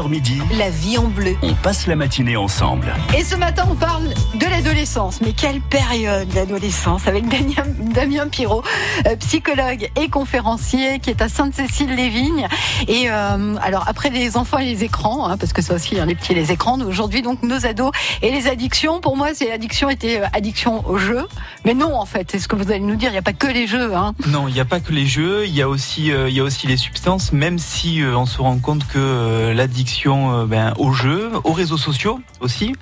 11h midi, La vie en bleu. on passe la matinée ensemble. Et ce matin, on parle de l'adolescence. Mais quelle période d'adolescence avec Damien Pirot, psychologue et conférencier qui est à Sainte-Cécile-les-Vignes. Et alors, après les enfants et les écrans, parce que ça aussi, les petits et les écrans, aujourd'hui, donc, nos ados et les addictions. Pour moi, c'est l'addiction était addiction au jeu. Mais non, en fait, c'est ce que vous allez nous dire. Il n'y a pas que les jeux. Non, il n'y a pas que les jeux. Il y a aussi les substances, même si on se rend compte que l'addiction aux jeux, aux réseaux sociaux aussi,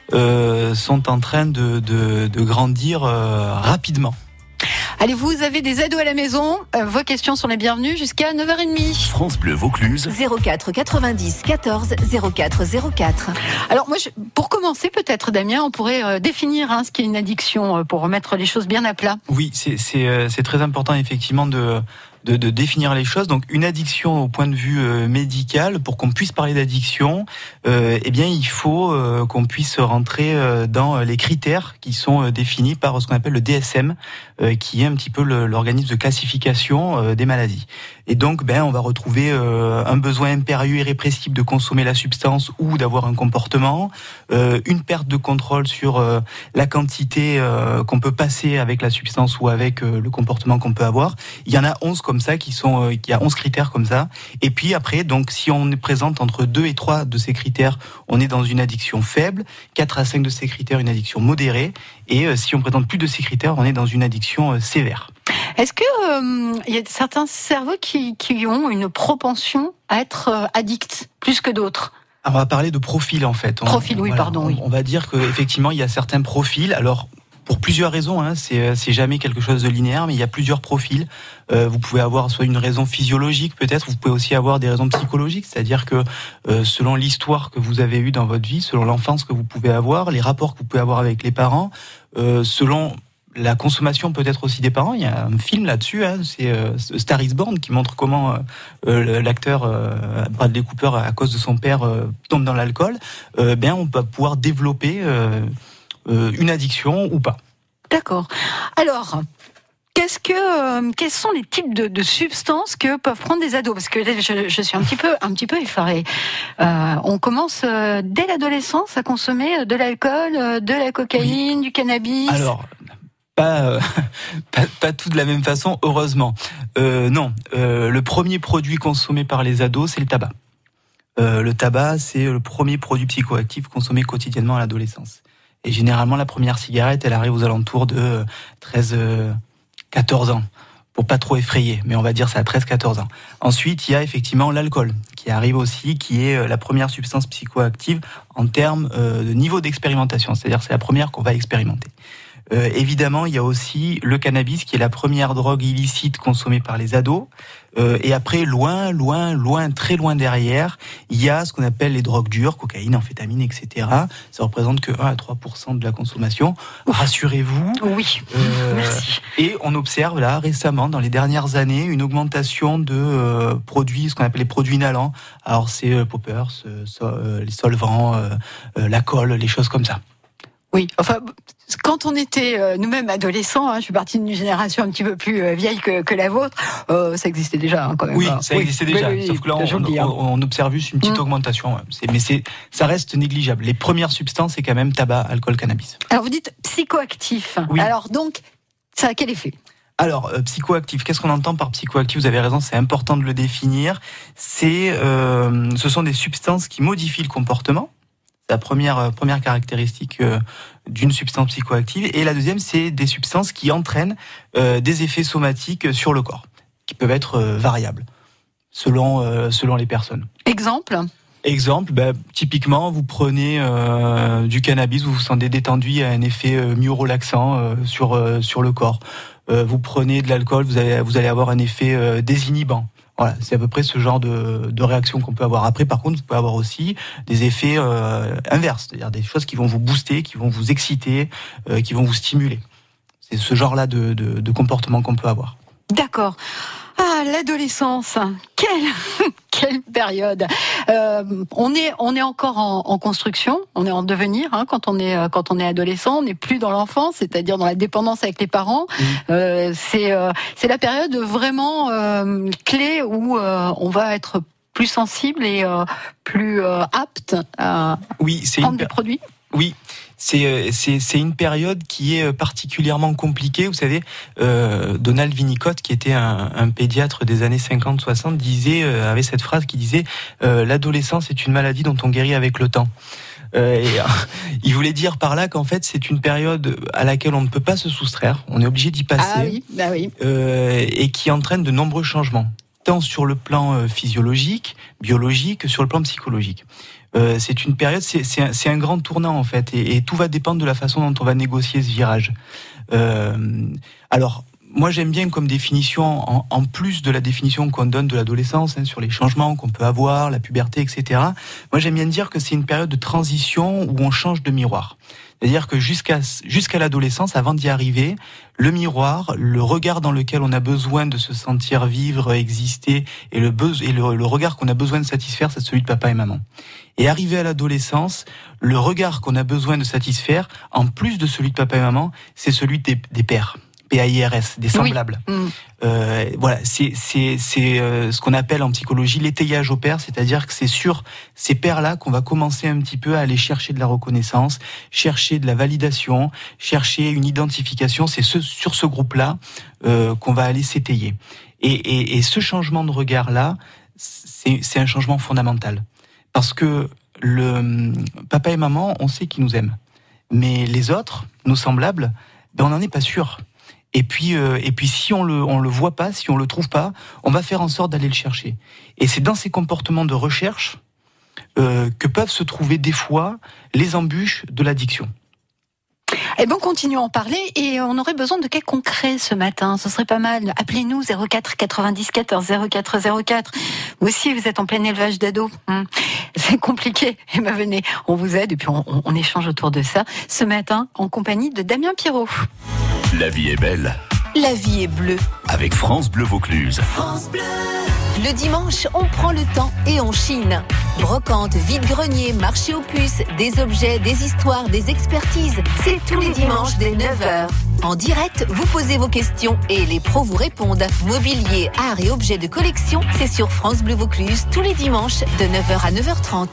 sont en train de grandir rapidement. Allez, vous avez des ados à la maison. Vos questions sont les bienvenues jusqu'à 9h30. France Bleu Vaucluse. 04 90 14 04 04. Alors moi, pour commencer peut-être, Damien, on pourrait définir ce qu'est une addiction pour remettre les choses bien à plat. Oui, c'est très important effectivement de définir les choses. Donc une addiction au point de vue médical, pour qu'on puisse parler d'addiction, il faut qu'on puisse rentrer dans les critères qui sont définis par ce qu'on appelle le DSM, qui est un petit peu l'organisme de classification des maladies. Et donc on va retrouver un besoin impérieux et irrépressible de consommer la substance ou d'avoir un comportement, une perte de contrôle sur la quantité qu'on peut passer avec la substance ou avec le comportement qu'on peut avoir. Il y en a 11 comme ça il y a 11 critères comme ça. Et puis après, donc si on est présente entre 2 et 3 de ces critères, on est dans une addiction faible, 4 à 5 de ces critères, une addiction modérée, et si on présente plus de ces critères, on est dans une addiction sévère. Est-ce que il y a certains cerveaux qui ont une propension à être addicts plus que d'autres ? Alors, on va parler de profil en fait. On va dire qu'effectivement, il y a certains profils. Alors, pour plusieurs raisons, c'est jamais quelque chose de linéaire, mais il y a plusieurs profils. Vous pouvez avoir soit une raison physiologique peut-être, vous pouvez aussi avoir des raisons psychologiques, c'est-à-dire que selon l'histoire que vous avez eue dans votre vie, selon l'enfance que vous pouvez avoir, les rapports que vous pouvez avoir avec les parents, selon la consommation peut-être aussi des parents. Il y a un film là-dessus, c'est Star is Born, qui montre comment l'acteur Bradley Cooper, à cause de son père, tombe dans l'alcool. On va pouvoir développer une addiction ou pas. D'accord. Alors, quels sont les types de substances que peuvent prendre des ados ? Parce que là, je suis un petit peu effarée. On commence dès l'adolescence à consommer de l'alcool, de la cocaïne, du cannabis. Alors, pas tout de la même façon, heureusement. Non, le premier produit consommé par les ados, c'est le tabac. Le tabac, c'est le premier produit psychoactif consommé quotidiennement à l'adolescence. Et généralement, la première cigarette, elle arrive aux alentours de 13-14 ans, pour pas trop effrayer, mais on va dire ça à 13-14 ans. Ensuite, il y a effectivement l'alcool, qui arrive aussi, qui est la première substance psychoactive en termes de niveau d'expérimentation, c'est-à-dire c'est la première qu'on va expérimenter. Évidemment, il y a aussi le cannabis, qui est la première drogue illicite consommée par les ados. Et après, loin, très loin derrière, il y a ce qu'on appelle les drogues dures, cocaïne, amphétamine, etc. Ça représente que 1 à 3% de la consommation. Rassurez-vous. Oui, merci. Et on observe là, récemment, dans les dernières années, une augmentation de produits, ce qu'on appelle les produits inhalants. Alors, c'est poppers, les solvants, la colle, les choses comme ça. Oui, enfin, quand on était nous-mêmes adolescents, je suis partie d'une génération un petit peu plus vieille que la vôtre, ça existait déjà quand même. Oui, ça existait déjà, sauf que là on observe juste une petite augmentation. Mais ça reste négligeable. Les premières substances, c'est quand même tabac, alcool, cannabis. Alors vous dites psychoactif. Oui. Alors donc, ça a quel effet ? Alors, psychoactif, qu'est-ce qu'on entend par psychoactif ? Vous avez raison, c'est important de le définir. Ce sont des substances qui modifient le comportement. La première caractéristique d'une substance psychoactive. Et la deuxième, c'est des substances qui entraînent des effets somatiques sur le corps, qui peuvent être variables, selon les personnes. Exemple, typiquement, vous prenez du cannabis, vous vous sentez détendu, il y a un effet mieux relaxant sur le corps. Vous prenez de l'alcool, vous allez avoir un effet désinhibant. Voilà, c'est à peu près ce genre de réaction qu'on peut avoir. Après, par contre, vous pouvez avoir aussi des effets inverses, c'est-à-dire des choses qui vont vous booster, qui vont vous exciter, qui vont vous stimuler. C'est ce genre-là de comportement qu'on peut avoir. D'accord. Ah, l'adolescence, quelle période. On est encore en construction, on est en devenir quand on est adolescent, on n'est plus dans l'enfance, c'est-à-dire dans la dépendance avec les parents. C'est la période vraiment clé où on va être plus sensible et plus apte à prendre des produits. Oui, c'est une période qui est particulièrement compliquée. Vous savez, Donald Winnicott, qui était un pédiatre des années 50-60, avait cette phrase qui disait l'adolescence est une maladie dont on guérit avec le temps. Il voulait dire par là qu'en fait c'est une période à laquelle on ne peut pas se soustraire, on est obligé d'y passer, et qui entraîne de nombreux changements, tant sur le plan physiologique, biologique, que sur le plan psychologique. C'est une période, c'est un grand tournant en fait, et tout va dépendre de la façon dont on va négocier ce virage. Alors, moi j'aime bien comme définition, en plus de la définition qu'on donne de l'adolescence, sur les changements qu'on peut avoir, la puberté, etc. Moi j'aime bien dire que c'est une période de transition où on change de miroir. C'est-à-dire que jusqu'à l'adolescence, avant d'y arriver, le miroir, le regard dans lequel on a besoin de se sentir vivre, exister, et le regard qu'on a besoin de satisfaire, c'est celui de papa et maman. Et arrivé à l'adolescence, le regard qu'on a besoin de satisfaire, en plus de celui de papa et maman, c'est celui des pairs. PAIRS, des semblables. Oui. Voilà, c'est ce qu'on appelle en psychologie l'étayage aux pairs, c'est-à-dire que c'est sur ces pairs-là qu'on va commencer un petit peu à aller chercher de la reconnaissance, chercher de la validation, chercher une identification. C'est sur ce groupe-là qu'on va aller s'étayer. Et ce changement de regard-là, c'est un changement fondamental. Parce que le papa et maman, on sait qu'ils nous aiment. Mais les autres, nos semblables, on n'en est pas sûr. Et puis si on le voit pas, si on le trouve pas, on va faire en sorte d'aller le chercher. Et c'est dans ces comportements de recherche que peuvent se trouver des fois les embûches de l'addiction. Eh bien, continuons à en parler et on aurait besoin de cas concrets ce matin. Ce serait pas mal. Appelez-nous 04 90 14 04 04. Vous aussi, vous êtes en plein élevage d'ados. C'est compliqué. Eh bien, venez, on vous aide et puis on échange autour de ça. Ce matin, en compagnie de Damien Pirot. La vie est belle. La vie est bleue. Avec France Bleu Vaucluse. France Bleu. Le dimanche, on prend le temps et on chine. Brocante, vide-grenier, marché aux puces, des objets, des histoires, des expertises. C'est tous les dimanches dès 9h. En direct, vous posez vos questions et les pros vous répondent. Mobilier, art et objets de collection, c'est sur France Bleu Vaucluse tous les dimanches de 9h à 9h30.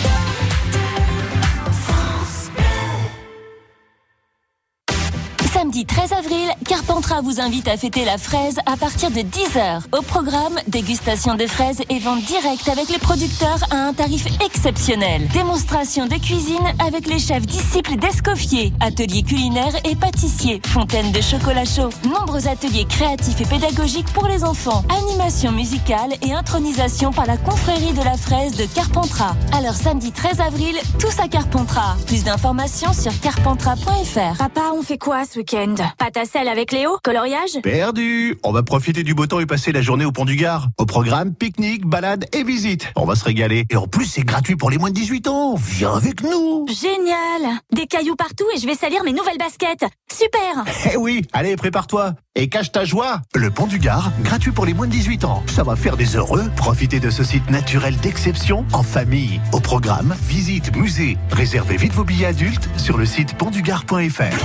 Samedi 13 avril, Carpentras vous invite à fêter la fraise à partir de 10h. Au programme, dégustation des fraises et vente directe avec les producteurs à un tarif exceptionnel. Démonstration de cuisine avec les chefs disciples d'Escoffier. Ateliers culinaires et pâtissiers. Fontaine de chocolat chaud. Nombreux ateliers créatifs et pédagogiques pour les enfants. Animation musicale et intronisation par la confrérie de la fraise de Carpentras. Alors samedi 13 avril, tous à Carpentras. Plus d'informations sur carpentras.fr. Papa, on fait quoi ce week-end? Pâte à sel avec Léo? Coloriage? Perdu! On va profiter du beau temps et passer la journée au Pont du Gard. Au programme, pique-nique, balade et visite. On va se régaler. Et en plus, c'est gratuit pour les moins de 18 ans. Viens avec nous! Génial! Des cailloux partout et je vais salir mes nouvelles baskets. Super! Eh oui, allez, prépare-toi. Et cache ta joie. Le Pont du Gard, gratuit pour les moins de 18 ans. Ça va faire des heureux. Profitez de ce site naturel d'exception en famille. Au programme, visite, musée. Réservez vite vos billets adultes sur le site pontdugard.fr.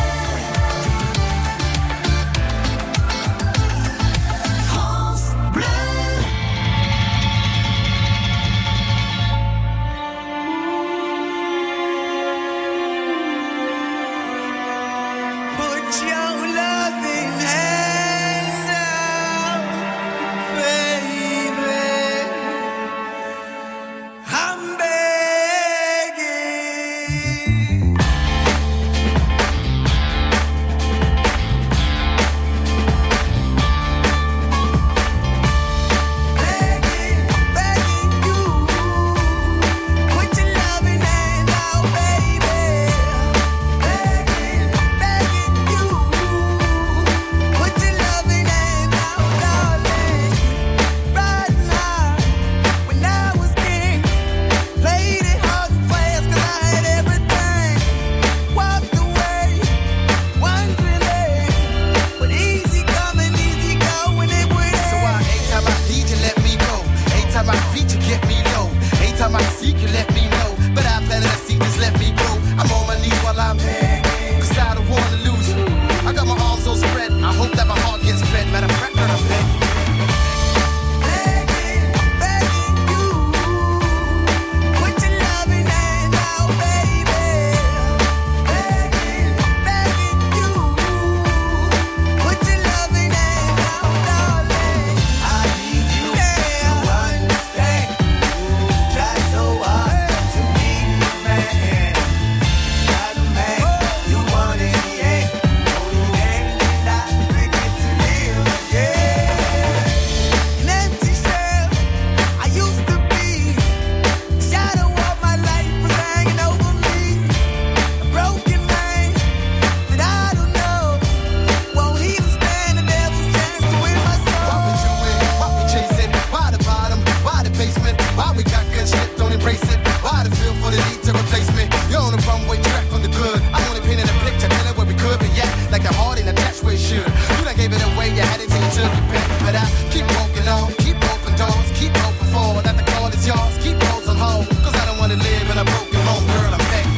Why the feel for the need to replace me? You're on the runway track from the good. I'm only painting a picture, telling where we could be at. Like a heart in a attached where it should. You done gave it away, you had it till you took it back. But I keep walking on, keep open doors, keep open for that the call is yours. Keep those on hold, cause I don't wanna live in a broken home, girl, I'm back.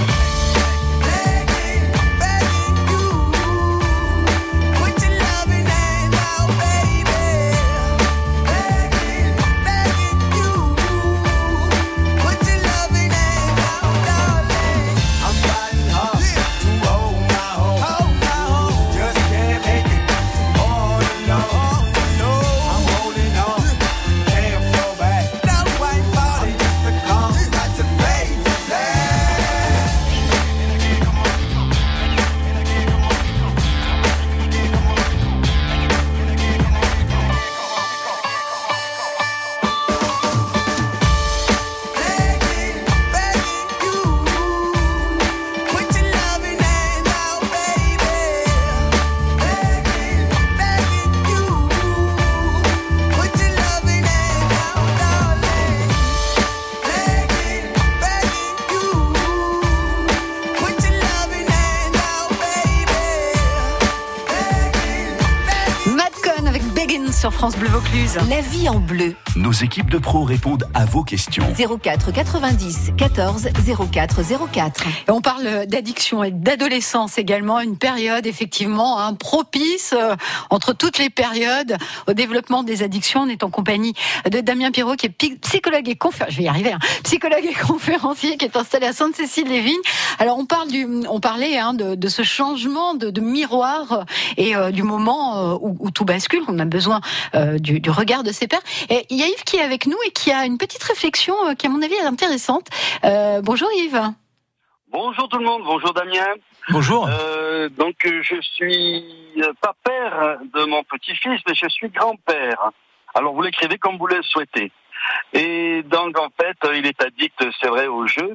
Sur France Bleu Vaucluse. La vie en bleu. Nos équipes de pros répondent à vos questions. 04 90 14 04 04. Et on parle d'addiction et d'adolescence également, une période effectivement propice entre toutes les périodes au développement des addictions. On est en compagnie de Damien Pirot qui est psychologue et psychologue et conférencier qui est installé à Sainte-Cécile-les-Vignes. Alors on parlait de ce changement de miroir et du moment où tout bascule. On a besoin du regard de ses pairs. Et il y a Yves qui est avec nous et qui a une petite réflexion qui, à mon avis, est intéressante. Bonjour Yves. Bonjour tout le monde, bonjour Damien. Bonjour. Donc je suis pas père de mon petit-fils, mais je suis grand-père. Alors vous l'écrivez comme vous le souhaitez. Et donc en fait, il est addict, c'est vrai, au jeu.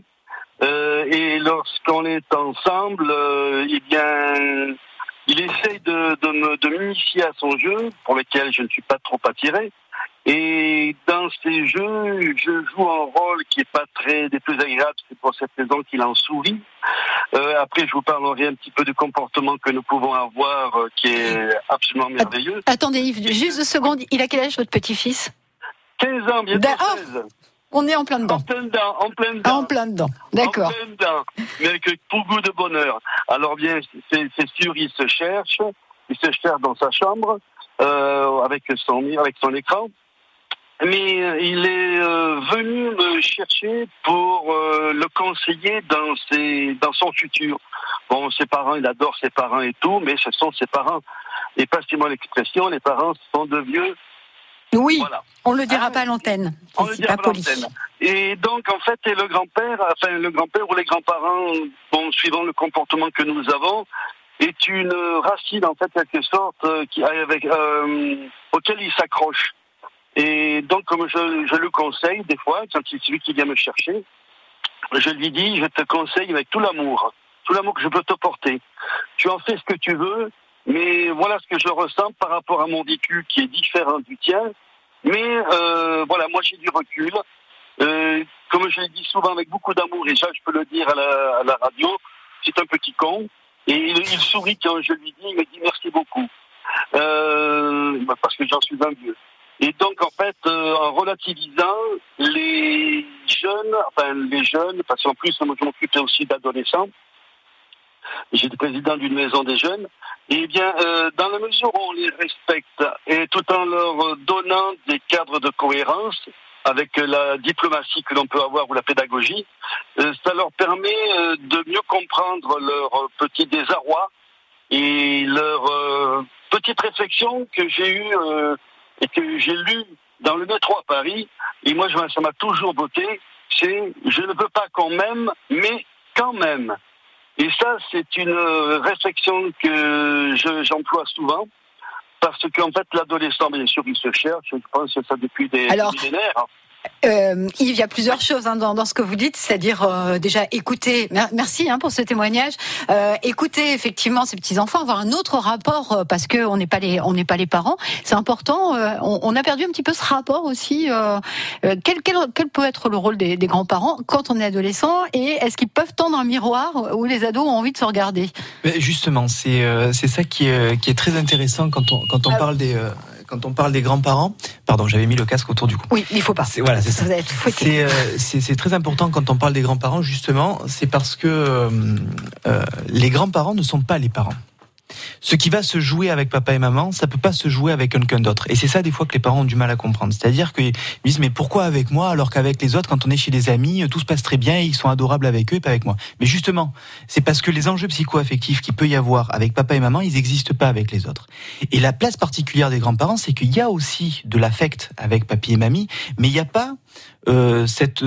Et lorsqu'on est ensemble, il essaye de m'initier à son jeu, pour lequel je ne suis pas trop attiré. Et dans ces jeux, je joue un rôle qui est pas des plus agréables. C'est pour cette raison qu'il en sourit. Après, je vous parlerai un petit peu du comportement que nous pouvons avoir, qui est absolument merveilleux. Attendez Yves, juste 2 secondes. Il a quel âge votre petit-fils ? 15 ans, bientôt 16. On est en plein dedans. En plein dedans. D'accord. En plein dedans. Mais avec beaucoup de bonheur. Alors bien, c'est sûr, il se cherche dans sa chambre, avec son écran. Mais il est venu me chercher pour le conseiller dans son futur. Bon, ses parents, il adore ses parents et tout, mais ce sont ses parents. Et passez-moi l'expression, les parents sont de vieux. Oui, voilà. On le dira pas à l'antenne. C'est pas poli. Et donc, en fait, le grand-père ou les grands-parents, bon, suivant le comportement que nous avons, est une racine, en fait, quelque sorte, auquel il s'accroche. Et donc, comme je le conseille, des fois, quand c'est celui qui vient me chercher, je lui dis, je te conseille avec tout l'amour que je peux te porter. Tu en fais ce que tu veux, mais voilà ce que je ressens par rapport à mon vécu qui est différent du tien. Mais voilà, moi j'ai du recul. Comme je le dis souvent avec beaucoup d'amour, et ça je peux le dire à la radio, c'est un petit con. Et il sourit quand je lui dis, il me dit merci beaucoup. Parce que j'en suis un vieux. Et donc en fait, en relativisant, les jeunes, parce qu'en plus moi je m'occupe aussi d'adolescents, j'étais président d'une maison des jeunes, et bien dans la mesure où on les respecte, et tout en leur donnant des cadres de cohérence, avec la diplomatie que l'on peut avoir ou la pédagogie, ça leur permet de mieux comprendre leur petit désarroi et leur petite réflexion que j'ai eue et que j'ai lue dans le métro à Paris. Et moi, ça m'a toujours botté, c'est « je ne veux pas qu'on m'aime, mais quand même ». Et ça, c'est une réflexion que j'emploie souvent, parce qu'en fait, l'adolescent, bien sûr, il se cherche, je pense que ça depuis des millénaires. Yves, il y a plusieurs choses dans ce que vous dites, c'est-à-dire déjà écouter. Merci pour ce témoignage. Écouter effectivement ces petits enfants, avoir un autre rapport parce que on n'est pas les parents. C'est important. On a perdu un petit peu ce rapport aussi. Quel peut être le rôle des grands-parents quand on est adolescent et est-ce qu'ils peuvent tendre un miroir où les ados ont envie de se regarder? Mais justement, c'est ça qui est très intéressant quand on parle des quand on parle des grands-parents, pardon, j'avais mis le casque autour du cou. Oui, il faut pas. C'est ça. Vous êtes fouetté. C'est très important quand on parle des grands-parents, justement, c'est parce que les grands-parents ne sont pas les parents. Ce qui va se jouer avec papa et maman, ça peut pas se jouer avec quelqu'un d'autre. Et c'est ça des fois que les parents ont du mal à comprendre. C'est-à-dire qu'ils disent mais pourquoi avec moi alors qu'avec les autres, quand on est chez des amis, tout se passe très bien et ils sont adorables avec eux et pas avec moi. Mais justement, c'est parce que les enjeux psycho-affectifs qu'il peut y avoir avec papa et maman, ils n'existent pas avec les autres. Et la place particulière des grands-parents, c'est qu'il y a aussi de l'affect avec papy et mamie, mais il n'y a pas cette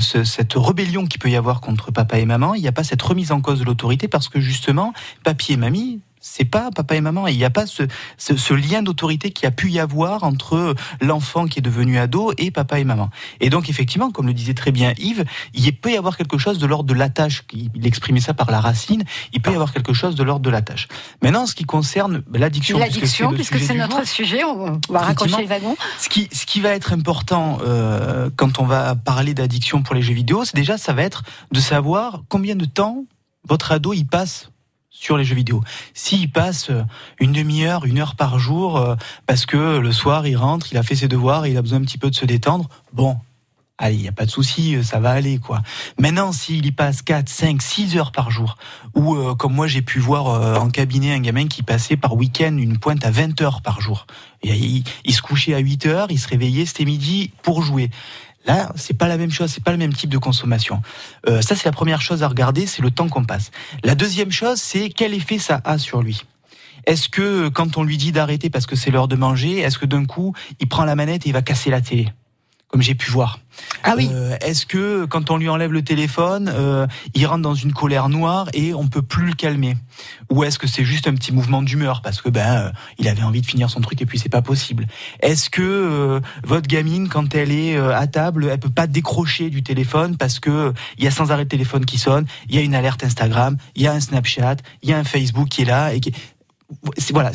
rébellion qu'il peut y avoir contre papa et maman, il n'y a pas cette remise en cause de l'autorité parce que justement, papy et mamie, c'est pas papa et maman, et il n'y a pas ce lien d'autorité qu'il y a pu y avoir entre l'enfant qui est devenu ado et papa et maman. Et donc effectivement, comme le disait très bien Yves, il peut y avoir quelque chose de l'ordre de l'attache, il exprimait ça par la racine, il peut y avoir quelque chose de l'ordre de l'attache. Maintenant, ce qui concerne l'addiction, puisque c'est notre sujet, on va raccrocher le wagon. Ce qui va être important quand on va parler d'addiction pour les jeux vidéo, c'est déjà, ça va être de savoir combien de temps votre ado y passe sur les jeux vidéo. S'il passe une demi-heure, 1 heure par jour, parce que le soir il rentre, il a fait ses devoirs, il a besoin un petit peu de se détendre, bon, allez, il n'y a pas de souci, ça va aller, quoi. Maintenant, s'il y passe 4, 5, 6 heures par jour, ou comme moi j'ai pu voir en cabinet un gamin qui passait par week-end une pointe à 20 heures par jour. Et il se couchait à 8 heures, il se réveillait, c'était midi pour jouer. Là, c'est pas la même chose, c'est pas le même type de consommation. Ça, c'est la première chose à regarder, c'est le temps qu'on passe. La deuxième chose, c'est quel effet ça a sur lui. Est-ce que quand on lui dit d'arrêter parce que c'est l'heure de manger, est-ce que d'un coup, il prend la manette et il va casser la télé ? Comme j'ai pu voir. Ah oui. Est-ce que quand on lui enlève le téléphone, il rentre dans une colère noire et on peut plus le calmer ? Ou est-ce que c'est juste un petit mouvement d'humeur parce que il avait envie de finir son truc et puis c'est pas possible ? Est-ce que votre gamine, quand elle est à table, elle peut pas décrocher du téléphone parce que il y a sans arrêt de téléphone qui sonne, il y a une alerte Instagram, il y a un Snapchat, il y a un Facebook qui est là et qui... Voilà,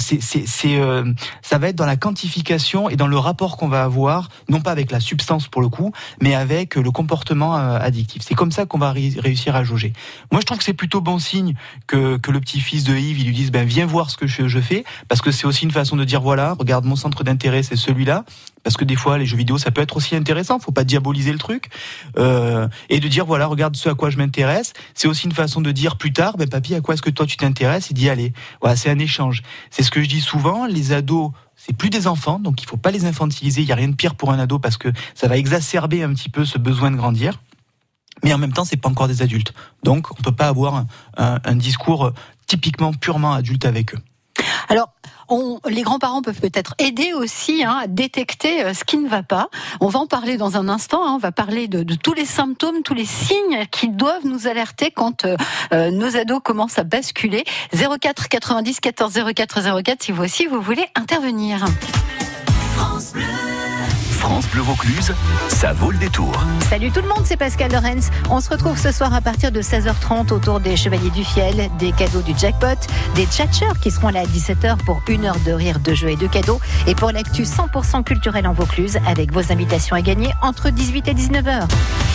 ça va être dans la quantification et dans le rapport qu'on va avoir, non pas avec la substance pour le coup, mais avec le comportement addictif. C'est comme ça qu'on va réussir à jauger. Moi, je trouve que c'est plutôt bon signe que le petit-fils de Yves, il lui dise viens voir ce que je fais, parce que c'est aussi une façon de dire voilà, regarde mon centre d'intérêt, c'est celui-là. Parce que des fois, les jeux vidéo, ça peut être aussi intéressant. Faut pas diaboliser le truc. Et de dire, voilà, regarde ce à quoi je m'intéresse. C'est aussi une façon de dire plus tard, papy, à quoi est-ce que toi tu t'intéresses ? Et d'y aller. Voilà, c'est un échange. C'est ce que je dis souvent. Les ados, c'est plus des enfants, donc il faut pas les infantiliser. Il y a rien de pire pour un ado parce que ça va exacerber un petit peu ce besoin de grandir. Mais en même temps, c'est pas encore des adultes. Donc, on peut pas avoir un discours typiquement purement adulte avec eux. Alors, les grands-parents peuvent peut-être aider aussi à détecter ce qui ne va pas. On va en parler dans un instant. On va parler de tous les symptômes, tous les signes qui doivent nous alerter quand nos ados commencent à basculer. 04 90 14 04 04 si vous aussi vous voulez intervenir. France Bleu. France Bleu Vaucluse, ça vaut le détour. Salut tout le monde, c'est Pascal Lorenz. On se retrouve ce soir à partir de 16h30 autour des Chevaliers du Fiel, des cadeaux du jackpot, des tchatcheurs qui seront là à 17h pour 1 heure de rire, de jeux et de cadeaux. Et pour l'actu 100% culturel en Vaucluse, avec vos invitations à gagner entre 18 et 19h.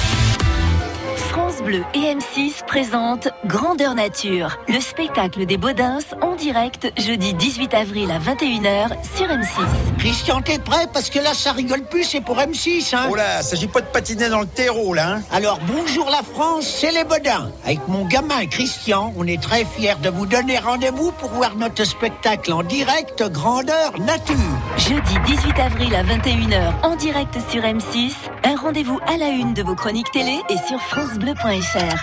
France Bleu et M6 présentent Grandeur Nature, le spectacle des Baudins en direct jeudi 18 avril à 21h sur M6. Christian, t'es prêt ? Parce que là, ça rigole plus, c'est pour M6, hein. Oh là, s'agit pas de patiner dans le terreau, là, hein. Alors, bonjour la France, c'est les Baudins. Avec mon gamin Christian, on est très fiers de vous donner rendez-vous pour voir notre spectacle en direct Grandeur Nature. Jeudi 18 avril à 21h en direct sur M6, un rendez-vous à la une de vos chroniques télé et sur francebleu.fr.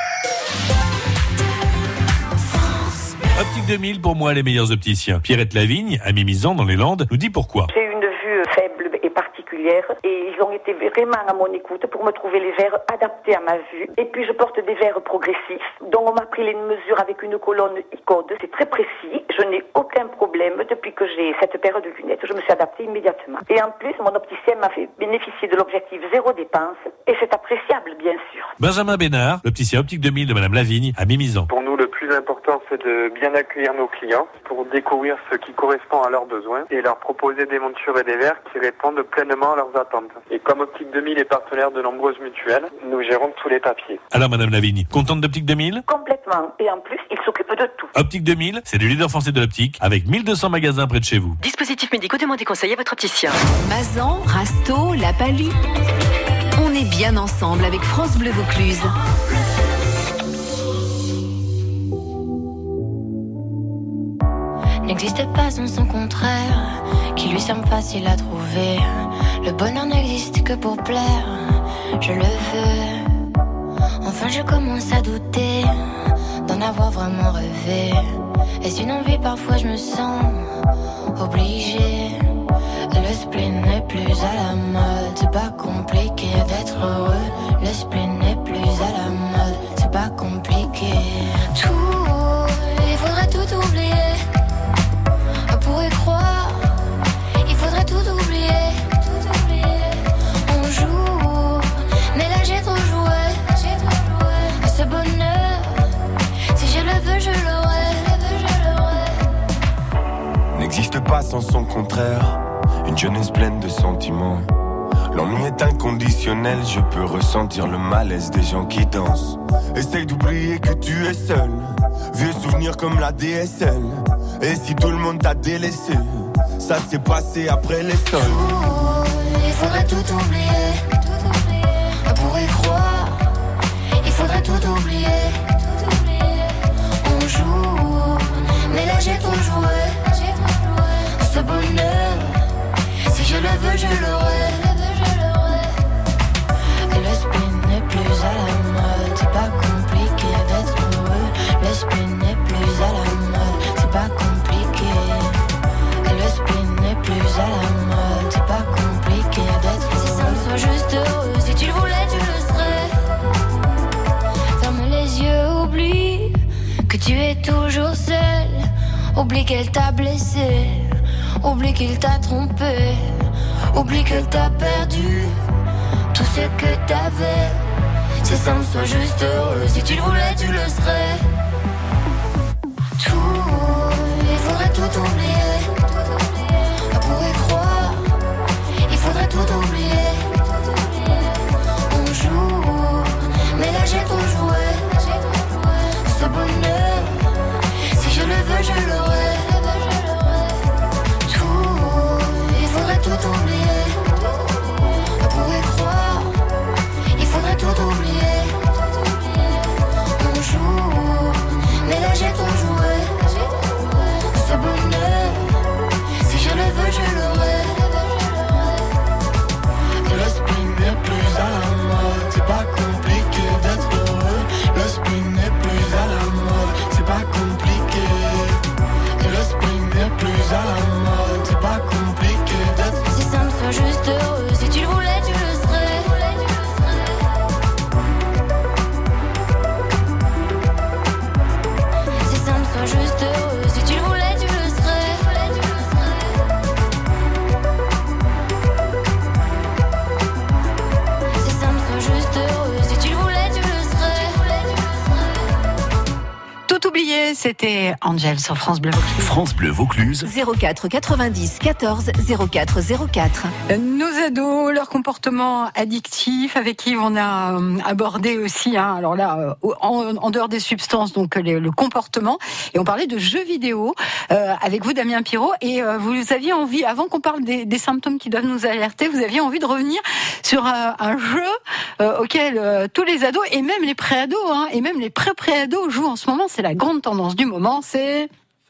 Optique 2000, pour moi, les meilleurs opticiens. Pierrette Lavigne, à Mimizan dans les Landes, nous dit pourquoi. J'ai une vue faible et particulière particulière et ils ont été vraiment à mon écoute pour me trouver les verres adaptés à ma vue. Et puis je porte des verres progressifs, dont on m'a pris les mesures avec une colonne I-code. C'est très précis, je n'ai aucun problème depuis que j'ai cette paire de lunettes. Je me suis adaptée immédiatement. Et en plus, mon opticien m'a fait bénéficier de l'objectif zéro dépense et c'est appréciable, bien sûr. Benjamin Bénard, l'opticien Optique 2000 de Madame Lavigne à Mimizan. Pour nous, le plus important, c'est de bien accueillir nos clients pour découvrir ce qui correspond à leurs besoins et leur proposer des montures et des verres qui répondent pleinement à leurs attentes. Et comme Optique 2000 est partenaire de nombreuses mutuelles, nous gérons tous les papiers. Alors Madame Lavigne, contente d'Optique 2000 ? Complètement. Et en plus, il s'occupe de tout. Optique 2000, c'est le leader français de l'optique avec 1200 magasins près de chez vous. Dispositifs médicaux, demandez conseil à votre opticien. Mazan, Rasto, La Palue. On est bien ensemble avec France Bleu Vaucluse. N'existe pas sans son contraire, qui lui semble facile à trouver. Le bonheur n'existe que pour plaire, je le veux. Enfin je commence à douter d'en avoir vraiment rêvé. Est-ce une envie, parfois je me sens obligée. Le spleen n'est plus à la mode, c'est pas compliqué d'être heureux. Le spleen n'est plus à la mode, c'est pas compliqué. Il faudrait tout oublier. On pourrait croire, il faudrait tout oublier. On joue, mais là j'ai trop joué. Ce bonheur, si je le veux, je l'aurai. N'existe pas sans son contraire, une jeunesse pleine de sentiments. L'ennui est inconditionnel, je peux ressentir le malaise des gens qui dansent. Essaye d'oublier que tu es seul, vieux souvenirs comme la DSL. Et si tout le monde t'a délaissé, ça s'est passé après les sols. Il faudrait tout oublier. On pourrait croire, il faudrait tout oublier. On joue, mais là j'ai trop joué. Ce bonheur, si je le veux, je l'aurai. Le spleen n'est plus à la mode, c'est pas compliqué d'être heureux. Le spleen n'est plus à la mode, c'est pas compliqué. Le spleen n'est plus à la mode, c'est pas compliqué d'être heureux. Si ça me soit juste heureux, si tu le voulais, tu le serais. Ferme les yeux, oublie que tu es toujours seul. Oublie qu'elle t'a blessé, oublie qu'il t'a trompé, oublie que t'as perdu tout ce que t'avais. Si ça me soit juste heureux, si tu le voulais, tu le serais. Il faudrait tout oublier. On pourrait croire, il faudrait tout oublier. On joue, mais là j'ai trop joué. Ce bonheur, si je le veux, je l'aurai. Il faudrait tout oublier. On pourrait croire, il faudrait tout oublier. On joue, mais là j'ai trop joué. Ce bonheur, si je le veux, je l'aurai. Le spleen n'est plus à la mode, c'est pas compliqué d'être heureux. Le spleen n'est plus à la mode, c'est pas compliqué. Le spleen n'est plus à la mode, c'est pas compliqué d'être. Si ça me soit juste heureux, si tu le voulais, tu le serais. Si ça me soit juste heureux, si tu le voulais, tu le serais. Si ça me soit juste heureux, si tu le voulais, tu le serais. Tout oublié, c'était Angel sur France Bleu Vaucluse. France Bleu Vaucluse. 04 90 14 04 04. Nos ados, leur comportement addictif, avec qui on a abordé aussi, alors là, en dehors des substances, donc le comportement, et on parlait de jeux vidéo avec vous, Damien Pirot, et vous aviez envie, avant qu'on parle des symptômes qui doivent nous alerter, vous aviez envie de revenir sur un jeu auquel tous les ados, et même les pré-ados, et même les pré-ados jouent en ce moment. C'est la grande tendance du moment, c'est...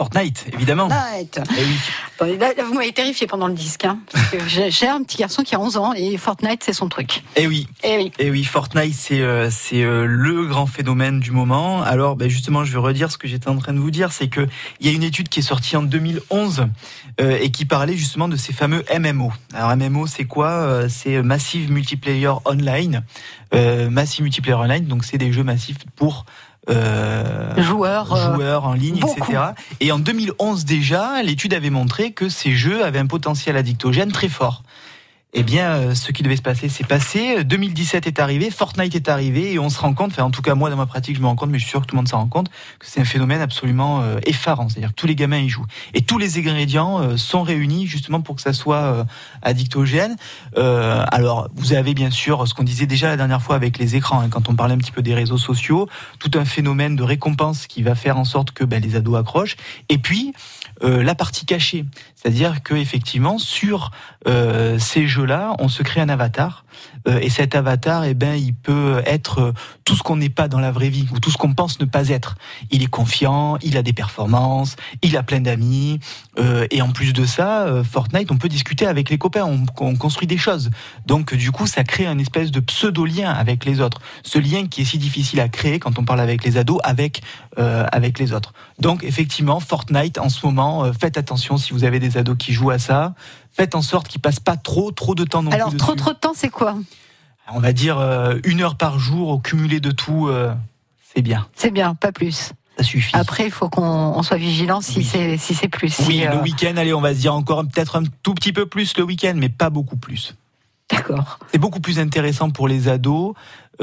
Fortnite, évidemment. Fortnite. Eh oui. Attendez, là, vous m'avez terrifié pendant le disque. Parce que j'ai un petit garçon qui a 11 ans et Fortnite, c'est son truc. Eh oui. Fortnite, c'est le grand phénomène du moment. Alors, justement, je vais redire ce que j'étais en train de vous dire, c'est que il y a une étude qui est sortie en 2011 et qui parlait justement de ces fameux MMO. Alors, MMO, c'est quoi ? C'est Massive Multiplayer Online. Massive Multiplayer Online, donc c'est des jeux massifs pour joueurs en ligne, beaucoup. etc. Et en 2011 déjà, l'étude avait montré que ces jeux avaient un potentiel addictogène très fort. Eh bien, ce qui devait se passer s'est passé. 2017 est arrivé, Fortnite est arrivé, et on se rend compte, en tout cas moi dans ma pratique je me rends compte, mais je suis sûr que tout le monde s'en rend compte, que c'est un phénomène absolument effarant. C'est-à-dire que tous les gamins y jouent. Et tous les ingrédients sont réunis justement pour que ça soit addictogène. Alors, vous avez bien sûr ce qu'on disait déjà la dernière fois avec les écrans, quand on parlait un petit peu des réseaux sociaux, tout un phénomène de récompense qui va faire en sorte que les ados accrochent. Et puis, la partie cachée. C'est-à-dire que effectivement sur ces jeux-là, on se crée un avatar et cet avatar, il peut être tout ce qu'on n'est pas dans la vraie vie ou tout ce qu'on pense ne pas être. Il est confiant, il a des performances, il a plein d'amis et en plus de ça, Fortnite, on peut discuter avec les copains, on construit des choses. Donc du coup, ça crée un espèce de pseudo-lien avec les autres. Ce lien qui est si difficile à créer quand on parle avec les ados, avec les autres. Donc effectivement, Fortnite en ce moment, faites attention si vous avez des ados qui jouent à ça, faites en sorte qu'ils passent pas trop de temps non plus. Alors trop de temps, c'est quoi ? On va dire 1 heure par jour au cumulé de tout, c'est bien. C'est bien, pas plus. Ça suffit. Après, il faut qu'on soit vigilant si c'est plus. Oui, le week-end, allez, on va se dire encore peut-être un tout petit peu plus le week-end, mais pas beaucoup plus. D'accord. C'est beaucoup plus intéressant pour les ados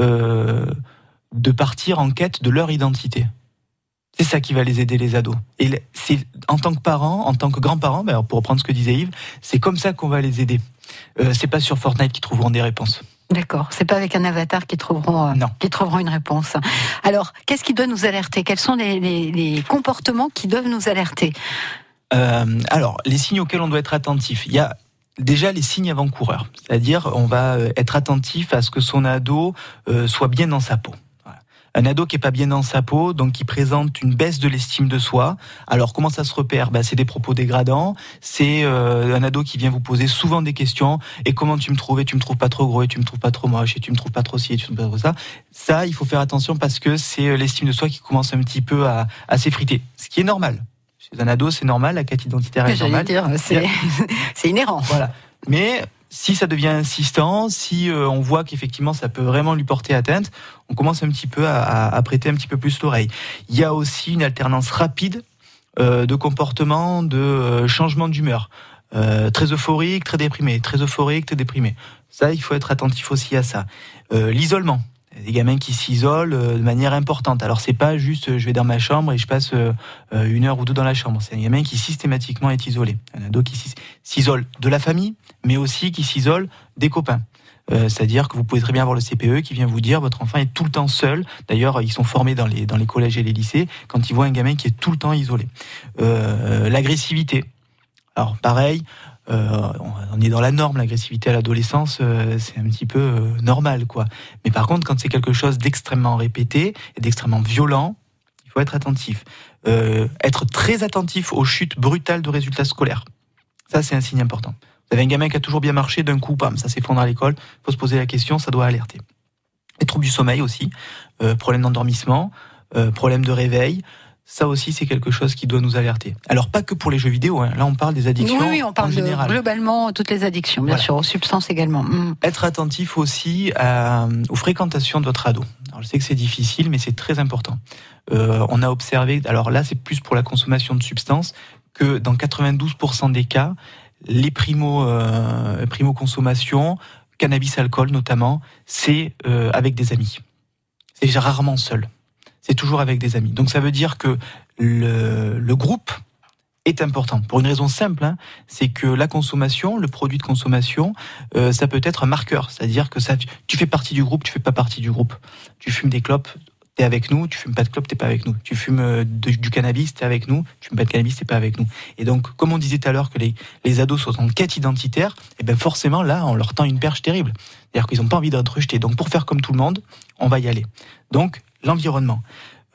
de partir en quête de leur identité. C'est ça qui va les aider, les ados. Et c'est en tant que parents, en tant que grands-parents, pour reprendre ce que disait Yves, c'est comme ça qu'on va les aider. C'est pas sur Fortnite qu'ils trouveront des réponses. D'accord, c'est pas avec un avatar qu'ils trouveront une réponse. Alors, qu'est-ce qui doit nous alerter ? Quels sont les comportements qui doivent nous alerter ? Alors, les signes auxquels on doit être attentif. Il y a déjà les signes avant-coureurs. C'est-à-dire, on va être attentif à ce que son ado soit bien dans sa peau. Un ado qui est pas bien dans sa peau, donc qui présente une baisse de l'estime de soi. Alors comment ça se repère ? C'est des propos dégradants, c'est un ado qui vient vous poser souvent des questions. Et comment tu me trouves ? Et tu me trouves pas trop gros, et tu me trouves pas trop moche, et tu me trouves pas trop ci, et tu me trouves pas trop ça. Ça, il faut faire attention parce que c'est l'estime de soi qui commence un petit peu à s'effriter. Ce qui est normal. Chez un ado, c'est normal, la quête identitaire est normale. C'est inhérent. Voilà. Mais si ça devient insistant, si on voit qu'effectivement ça peut vraiment lui porter atteinte, on commence un petit peu à prêter un petit peu plus l'oreille. Il y a aussi une alternance rapide de comportement, de changement d'humeur. Très euphorique, très déprimé, très euphorique, très déprimé. Ça, il faut être attentif aussi à ça. L'isolement. Des gamins qui s'isolent de manière importante. Alors c'est pas juste je vais dans ma chambre et je passe 1 heure ou 2 dans la chambre. C'est un gamin qui systématiquement est isolé. Un ado qui s'isole de la famille, mais aussi qui s'isole des copains. C'est-à-dire que vous pouvez très bien avoir le CPE qui vient vous dire votre enfant est tout le temps seul. D'ailleurs, ils sont formés dans les collèges et les lycées quand ils voient un gamin qui est tout le temps isolé. L'agressivité. Alors pareil, on est dans la norme, l'agressivité à l'adolescence, c'est un petit peu normal, quoi. Mais par contre, quand c'est quelque chose d'extrêmement répété et d'extrêmement violent, il faut être attentif. Être très attentif aux chutes brutales de résultats scolaires. Ça, c'est un signe important. Vous avez un gamin qui a toujours bien marché, d'un coup, ça s'effondre à l'école, il faut se poser la question, ça doit alerter. Les troubles du sommeil aussi, problème d'endormissement, problème de réveil. Ça aussi, c'est quelque chose qui doit nous alerter. Alors, pas que pour les jeux vidéo, là on parle des addictions oui, on parle en général. Globalement, toutes les addictions, bien sûr, aux substances également. Être attentif aussi aux fréquentations de votre ado. Alors, je sais que c'est difficile, mais c'est très important. On a observé, alors là c'est plus pour la consommation de substances, que dans 92% des cas, les primo-consommations, cannabis, alcool notamment, c'est avec des amis. C'est rarement seul. C'est toujours avec des amis. Donc ça veut dire que le groupe est important. Pour une raison simple, c'est que la consommation, le produit de consommation, ça peut être un marqueur. C'est-à-dire que tu fais partie du groupe, tu fais pas partie du groupe. Tu fumes des clopes, t'es avec nous. Tu fumes pas de clopes, t'es pas avec nous. Tu fumes du cannabis, t'es avec nous. Tu fumes pas de cannabis, t'es pas avec nous. Et donc, comme on disait tout à l'heure que les ados sont en quête identitaire, et ben forcément là, on leur tend une perche terrible. C'est-à-dire qu'ils n'ont pas envie d'être rejetés. Donc pour faire comme tout le monde, on va y aller. Donc l'environnement.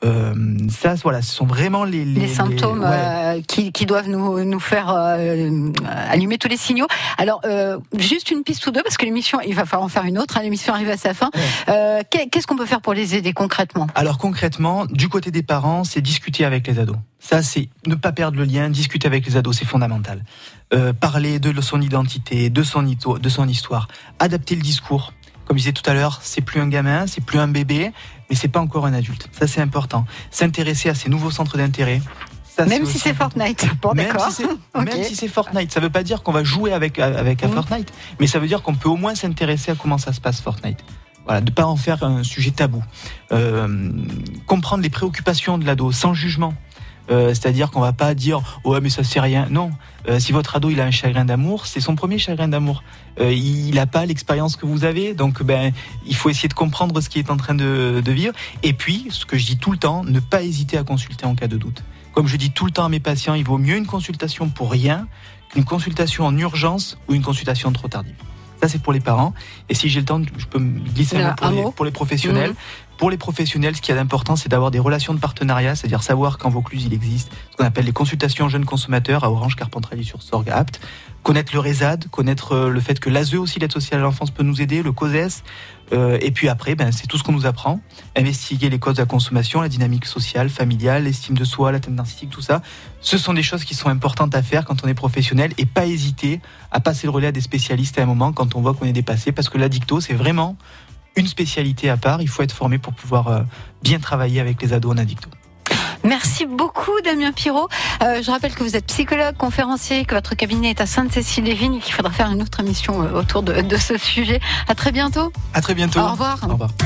Ça, voilà, ce sont vraiment les symptômes qui doivent nous faire allumer tous les signaux. Alors, juste une piste ou deux, parce que l'émission, il va falloir en faire une autre, l'émission arrive à sa fin. Qu'est-ce qu'on peut faire pour les aider concrètement ? Alors concrètement, du côté des parents, c'est discuter avec les ados. Ça, c'est ne pas perdre le lien, discuter avec les ados, c'est fondamental. Parler de son identité, de son histoire, adapter le discours. Comme je disais tout à l'heure, c'est plus un gamin, c'est plus un bébé, mais c'est pas encore un adulte. Ça, c'est important. S'intéresser à ces nouveaux centres d'intérêt. Ça, même si c'est Fortnite. Bon, d'accord. Même si c'est Fortnite. Ça veut pas dire qu'on va jouer avec Fortnite, mais ça veut dire qu'on peut au moins s'intéresser à comment ça se passe Fortnite. Voilà, de pas en faire un sujet tabou. Comprendre les préoccupations de l'ado sans jugement. C'est-à-dire qu'on va pas dire ouais mais ça c'est rien. Non, si votre ado il a un chagrin d'amour, c'est son premier chagrin d'amour. Il n'a pas l'expérience que vous avez, donc il faut essayer de comprendre ce qu'il est en train de vivre. Et puis, ce que je dis tout le temps, ne pas hésiter à consulter en cas de doute. Comme je dis tout le temps à mes patients, il vaut mieux une consultation pour rien qu'une consultation en urgence ou une consultation trop tardive. Ça c'est pour les parents. Et si j'ai le temps, je peux me glisser un mot pour les professionnels. Pour les professionnels, ce qu'il y a d'important, c'est d'avoir des relations de partenariat, c'est-à-dire savoir qu'en Vaucluse, il existe ce qu'on appelle les consultations jeunes consommateurs à Orange, Carpentras-sur-Sorgue, Apt. Connaître le RESAD, connaître le fait que l'ASE aussi, l'aide sociale à l'enfance, peut nous aider, le COSES. Et puis après, c'est tout ce qu'on nous apprend. Investiguer les causes de la consommation, la dynamique sociale, familiale, l'estime de soi, l'atteinte narcissique, tout ça. Ce sont des choses qui sont importantes à faire quand on est professionnel et pas hésiter à passer le relais à des spécialistes à un moment quand on voit qu'on est dépassé, parce que l'addicto, c'est vraiment une spécialité à part. Il faut être formé pour pouvoir bien travailler avec les ados en addicto. Merci beaucoup Damien Pirot. Je rappelle que vous êtes psychologue, conférencier, que votre cabinet est à Sainte-Cécile-les-Vignes et qu'il faudra faire une autre émission autour de ce sujet. À très bientôt. À très bientôt. Au revoir. Au revoir.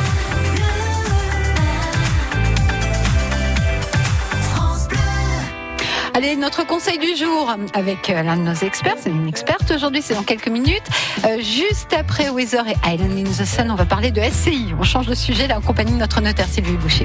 Allez, notre conseil du jour avec l'un de nos experts, c'est une experte aujourd'hui, c'est dans quelques minutes. Juste après Weather et Island in the Sun, on va parler de SCI. On change de sujet là en compagnie de notre notaire Sylvie Boucher.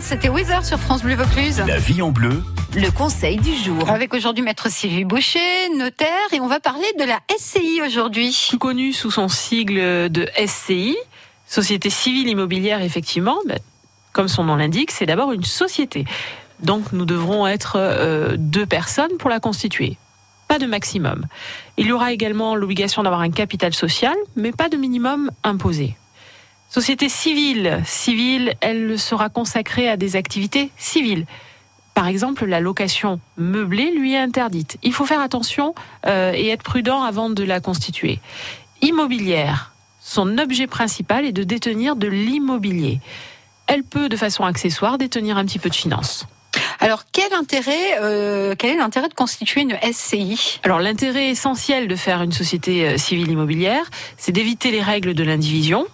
c'était Weather sur France Bleu Vaucluse. La vie en bleu. Le conseil du jour. Avec aujourd'hui maître Sylvie Boucher, notaire, et on va parler de la SCI aujourd'hui. Plus connue sous son sigle de SCI, Société Civile Immobilière, effectivement, comme son nom l'indique, c'est d'abord une société. Donc nous devrons être 2 personnes pour la constituer. Pas de maximum. Il y aura également l'obligation d'avoir un capital social, mais pas de minimum imposé. Société civile, elle sera consacrée à des activités civiles. Par exemple, la location meublée lui est interdite. Il faut faire attention et être prudent avant de la constituer. Immobilière, son objet principal est de détenir de l'immobilier. Elle peut, de façon accessoire, détenir un petit peu de finance. Alors, quel est l'intérêt de constituer une SCI ? Alors, l'intérêt essentiel de faire une société civile immobilière, c'est d'éviter les règles de l'indivision,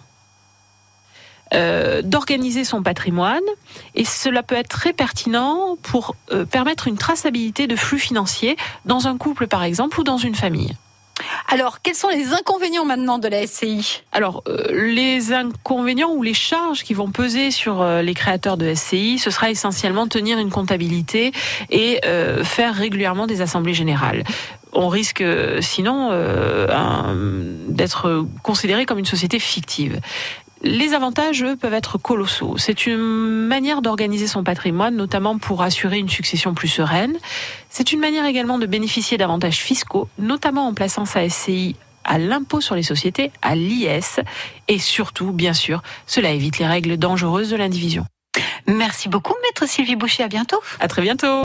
d'organiser son patrimoine, et cela peut être très pertinent pour permettre une traçabilité de flux financiers dans un couple, par exemple, ou dans une famille. Alors, quels sont les inconvénients maintenant de la SCI ? Alors, les inconvénients ou les charges qui vont peser sur les créateurs de SCI, ce sera essentiellement tenir une comptabilité et faire régulièrement des assemblées générales. On risque sinon d'être considéré comme une société fictive. Les avantages, eux, peuvent être colossaux. C'est une manière d'organiser son patrimoine, notamment pour assurer une succession plus sereine. C'est une manière également de bénéficier d'avantages fiscaux, notamment en plaçant sa SCI à l'impôt sur les sociétés, à l'IS. Et surtout, bien sûr, cela évite les règles dangereuses de l'indivision. Merci beaucoup, maître Sylvie Boucher. À bientôt. À très bientôt.